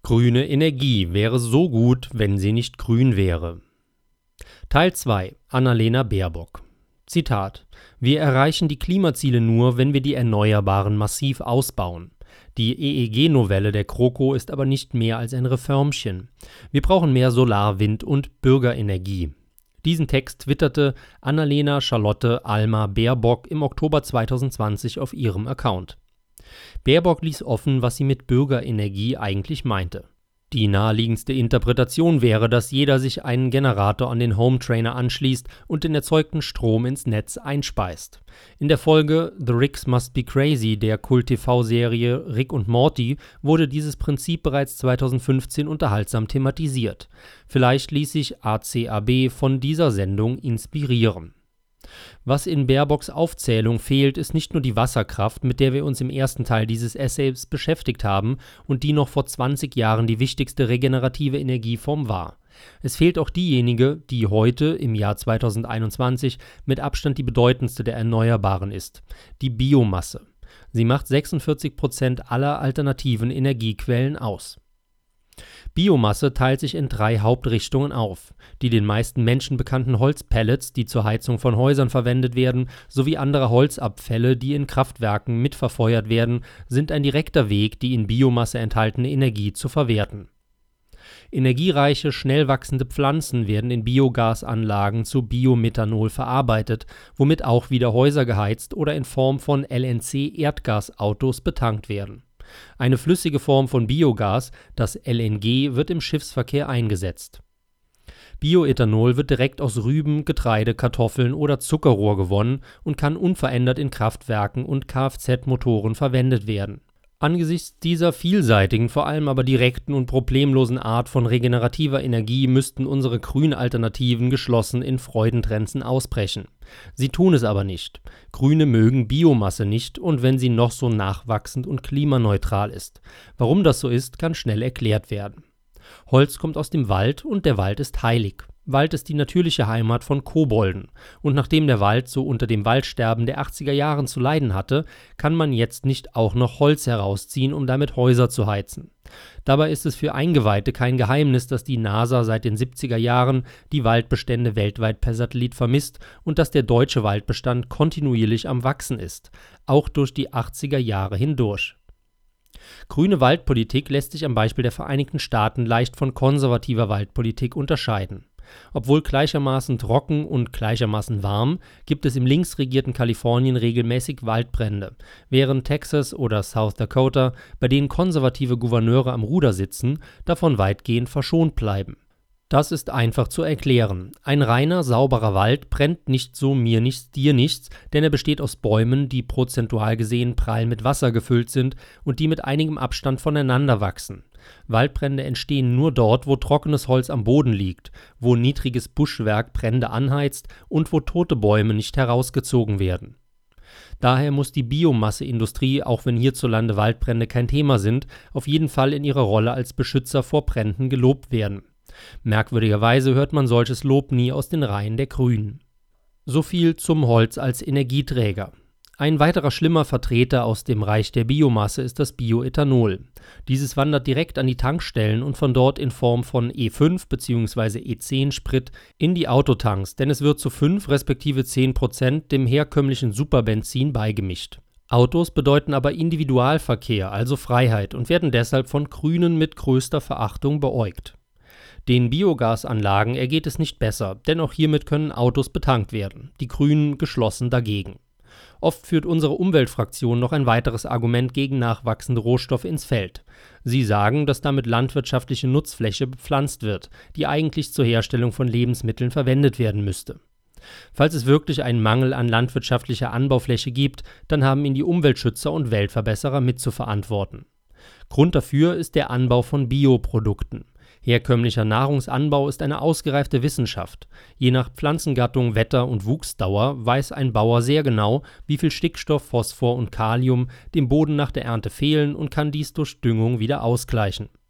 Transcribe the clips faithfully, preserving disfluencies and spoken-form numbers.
Grüne Energie wäre so gut, wenn sie nicht grün wäre. Teil zwei. Annalena Baerbock. Zitat: Wir erreichen die Klimaziele nur, wenn wir die Erneuerbaren massiv ausbauen. Die E E G-Novelle der GroKo ist aber nicht mehr als ein Reformchen. Wir brauchen mehr Solar-, Wind- und Bürgerenergie. Diesen Text twitterte Annalena Charlotte Alma Baerbock im Oktober zweitausendzwanzig auf ihrem Account. Baerbock ließ offen, was sie mit Bürgerenergie eigentlich meinte. Die naheliegendste Interpretation wäre, dass jeder sich einen Generator an den Home-Trainer anschließt und den erzeugten Strom ins Netz einspeist. In der Folge The Ricks Must Be Crazy der Kult-T V-Serie Rick und Morty wurde dieses Prinzip bereits zweitausendfünfzehn unterhaltsam thematisiert. Vielleicht ließ sich A C A B von dieser Sendung inspirieren. Was in Baerbocks Aufzählung fehlt, ist nicht nur die Wasserkraft, mit der wir uns im ersten Teil dieses Essays beschäftigt haben und die noch vor zwanzig Jahren die wichtigste regenerative Energieform war. Es fehlt auch diejenige, die heute, im Jahr zweitausendeinundzwanzig, mit Abstand die bedeutendste der Erneuerbaren ist: die Biomasse. Sie macht sechsundvierzig Prozent aller alternativen Energiequellen aus. Biomasse teilt sich in drei Hauptrichtungen auf: die den meisten Menschen bekannten Holzpellets, die zur Heizung von Häusern verwendet werden, sowie andere Holzabfälle, die in Kraftwerken mitverfeuert werden, sind ein direkter Weg, die in Biomasse enthaltene Energie zu verwerten. Energiereiche, schnell wachsende Pflanzen werden in Biogasanlagen zu Biomethanol verarbeitet, womit auch wieder Häuser geheizt oder in Form von L N C-Erdgasautos betankt werden. Eine flüssige Form von Biogas, das L N G, wird im Schiffsverkehr eingesetzt. Bioethanol wird direkt aus Rüben, Getreide, Kartoffeln oder Zuckerrohr gewonnen und kann unverändert in Kraftwerken und Kfz-Motoren verwendet werden. Angesichts dieser vielseitigen, vor allem aber direkten und problemlosen Art von regenerativer Energie müssten unsere grünen Alternativen geschlossen in Freudentrenzen ausbrechen. Sie tun es aber nicht. Grüne mögen Biomasse nicht, und wenn sie noch so nachwachsend und klimaneutral ist. Warum das so ist, kann schnell erklärt werden. Holz kommt aus dem Wald und der Wald ist heilig. Wald ist die natürliche Heimat von Kobolden. Und nachdem der Wald so unter dem Waldsterben der achtziger Jahren zu leiden hatte, kann man jetzt nicht auch noch Holz herausziehen, um damit Häuser zu heizen. Dabei ist es für Eingeweihte kein Geheimnis, dass die NASA seit den siebziger Jahren die Waldbestände weltweit per Satellit vermisst und dass der deutsche Waldbestand kontinuierlich am Wachsen ist, auch durch die achtziger Jahre hindurch. Grüne Waldpolitik lässt sich am Beispiel der Vereinigten Staaten leicht von konservativer Waldpolitik unterscheiden. Obwohl gleichermaßen trocken und gleichermaßen warm, gibt es im links regierten Kalifornien regelmäßig Waldbrände, während Texas oder South Dakota, bei denen konservative Gouverneure am Ruder sitzen, davon weitgehend verschont bleiben. Das ist einfach zu erklären. Ein reiner, sauberer Wald brennt nicht so mir nichts, dir nichts, denn er besteht aus Bäumen, die prozentual gesehen prall mit Wasser gefüllt sind und die mit einigem Abstand voneinander wachsen. Waldbrände entstehen nur dort, wo trockenes Holz am Boden liegt, wo niedriges Buschwerk Brände anheizt und wo tote Bäume nicht herausgezogen werden. Daher muss die Biomasseindustrie, auch wenn hierzulande Waldbrände kein Thema sind, auf jeden Fall in ihrer Rolle als Beschützer vor Bränden gelobt werden. Merkwürdigerweise hört man solches Lob nie aus den Reihen der Grünen. So viel zum Holz als Energieträger. Ein weiterer schlimmer Vertreter aus dem Reich der Biomasse ist das Bioethanol. Dieses wandert direkt an die Tankstellen und von dort in Form von E fünf bzw. E zehn Sprit in die Autotanks, denn es wird zu fünf respektive zehn Prozent dem herkömmlichen Superbenzin beigemischt. Autos bedeuten aber Individualverkehr, also Freiheit, und werden deshalb von Grünen mit größter Verachtung beäugt. Den Biogasanlagen ergeht es nicht besser, denn auch hiermit können Autos betankt werden, die Grünen geschlossen dagegen. Oft führt unsere Umweltfraktion noch ein weiteres Argument gegen nachwachsende Rohstoffe ins Feld. Sie sagen, dass damit landwirtschaftliche Nutzfläche bepflanzt wird, die eigentlich zur Herstellung von Lebensmitteln verwendet werden müsste. Falls es wirklich einen Mangel an landwirtschaftlicher Anbaufläche gibt, dann haben ihn die Umweltschützer und Weltverbesserer mit zu verantworten. Grund dafür ist der Anbau von Bioprodukten. Herkömmlicher Nahrungsanbau ist eine ausgereifte Wissenschaft. Je nach Pflanzengattung, Wetter und Wuchsdauer weiß ein Bauer sehr genau, wie viel Stickstoff, Phosphor und Kalium dem Boden nach der Ernte fehlen und kann dies durch Düngung wieder ausgleichen.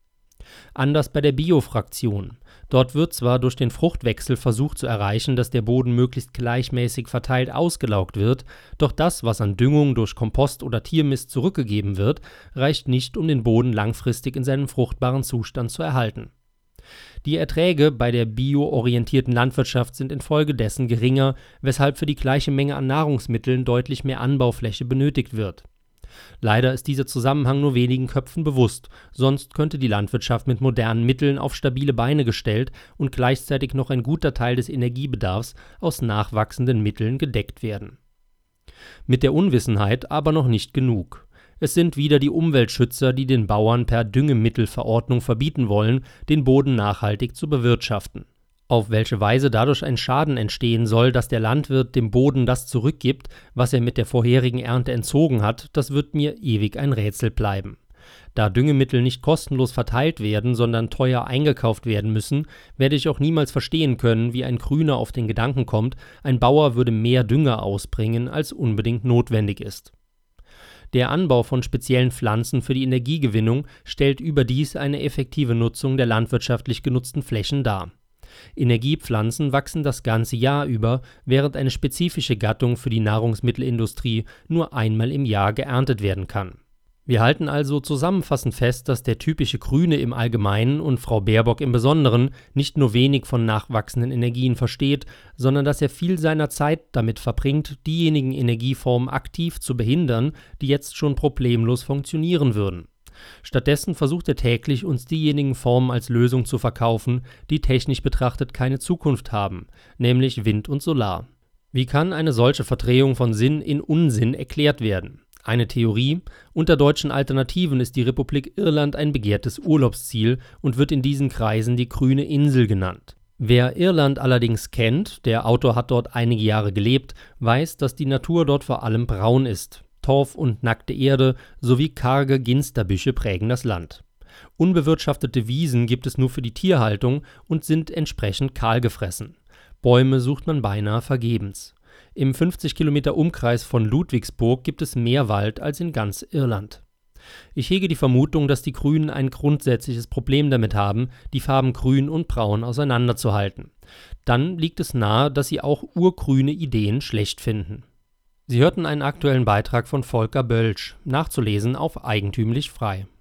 Anders bei der Biofraktion. Dort wird zwar durch den Fruchtwechsel versucht zu erreichen, dass der Boden möglichst gleichmäßig verteilt ausgelaugt wird, doch das, was an Düngung durch Kompost oder Tiermist zurückgegeben wird, reicht nicht, um den Boden langfristig in seinem fruchtbaren Zustand zu erhalten. Die Erträge bei der bioorientierten Landwirtschaft sind infolgedessen geringer, weshalb für die gleiche Menge an Nahrungsmitteln deutlich mehr Anbaufläche benötigt wird. Leider ist dieser Zusammenhang nur wenigen Köpfen bewusst, sonst könnte die Landwirtschaft mit modernen Mitteln auf stabile Beine gestellt und gleichzeitig noch ein guter Teil des Energiebedarfs aus nachwachsenden Mitteln gedeckt werden. Mit der Unwissenheit aber noch nicht genug. Es sind wieder die Umweltschützer, die den Bauern per Düngemittelverordnung verbieten wollen, den Boden nachhaltig zu bewirtschaften. Auf welche Weise dadurch ein Schaden entstehen soll, dass der Landwirt dem Boden das zurückgibt, was er mit der vorherigen Ernte entzogen hat, das wird mir ewig ein Rätsel bleiben. Da Düngemittel nicht kostenlos verteilt werden, sondern teuer eingekauft werden müssen, werde ich auch niemals verstehen können, wie ein Grüner auf den Gedanken kommt, ein Bauer würde mehr Dünger ausbringen, als unbedingt notwendig ist. Der Anbau von speziellen Pflanzen für die Energiegewinnung stellt überdies eine effektive Nutzung der landwirtschaftlich genutzten Flächen dar. Energiepflanzen wachsen das ganze Jahr über, während eine spezifische Gattung für die Nahrungsmittelindustrie nur einmal im Jahr geerntet werden kann. Wir halten also zusammenfassend fest, dass der typische Grüne im Allgemeinen und Frau Baerbock im Besonderen nicht nur wenig von nachwachsenden Energien versteht, sondern dass er viel seiner Zeit damit verbringt, diejenigen Energieformen aktiv zu behindern, die jetzt schon problemlos funktionieren würden. Stattdessen versucht er täglich, uns diejenigen Formen als Lösung zu verkaufen, die technisch betrachtet keine Zukunft haben, nämlich Wind und Solar. Wie kann eine solche Verdrehung von Sinn in Unsinn erklärt werden? Eine Theorie: Unter deutschen Alternativen ist die Republik Irland ein begehrtes Urlaubsziel und wird in diesen Kreisen die grüne Insel genannt. Wer Irland allerdings kennt, der Autor hat dort einige Jahre gelebt, weiß, dass die Natur dort vor allem braun ist. Torf und nackte Erde sowie karge Ginsterbüsche prägen das Land. Unbewirtschaftete Wiesen gibt es nur für die Tierhaltung und sind entsprechend kahl gefressen. Bäume sucht man beinahe vergebens. Im fünfzig Kilometer Umkreis von Ludwigsburg gibt es mehr Wald als in ganz Irland. Ich hege die Vermutung, dass die Grünen ein grundsätzliches Problem damit haben, die Farben Grün und Braun auseinanderzuhalten. Dann liegt es nahe, dass sie auch urgrüne Ideen schlecht finden. Sie hörten einen aktuellen Beitrag von Volker Bölsch, nachzulesen auf eigentümlich frei.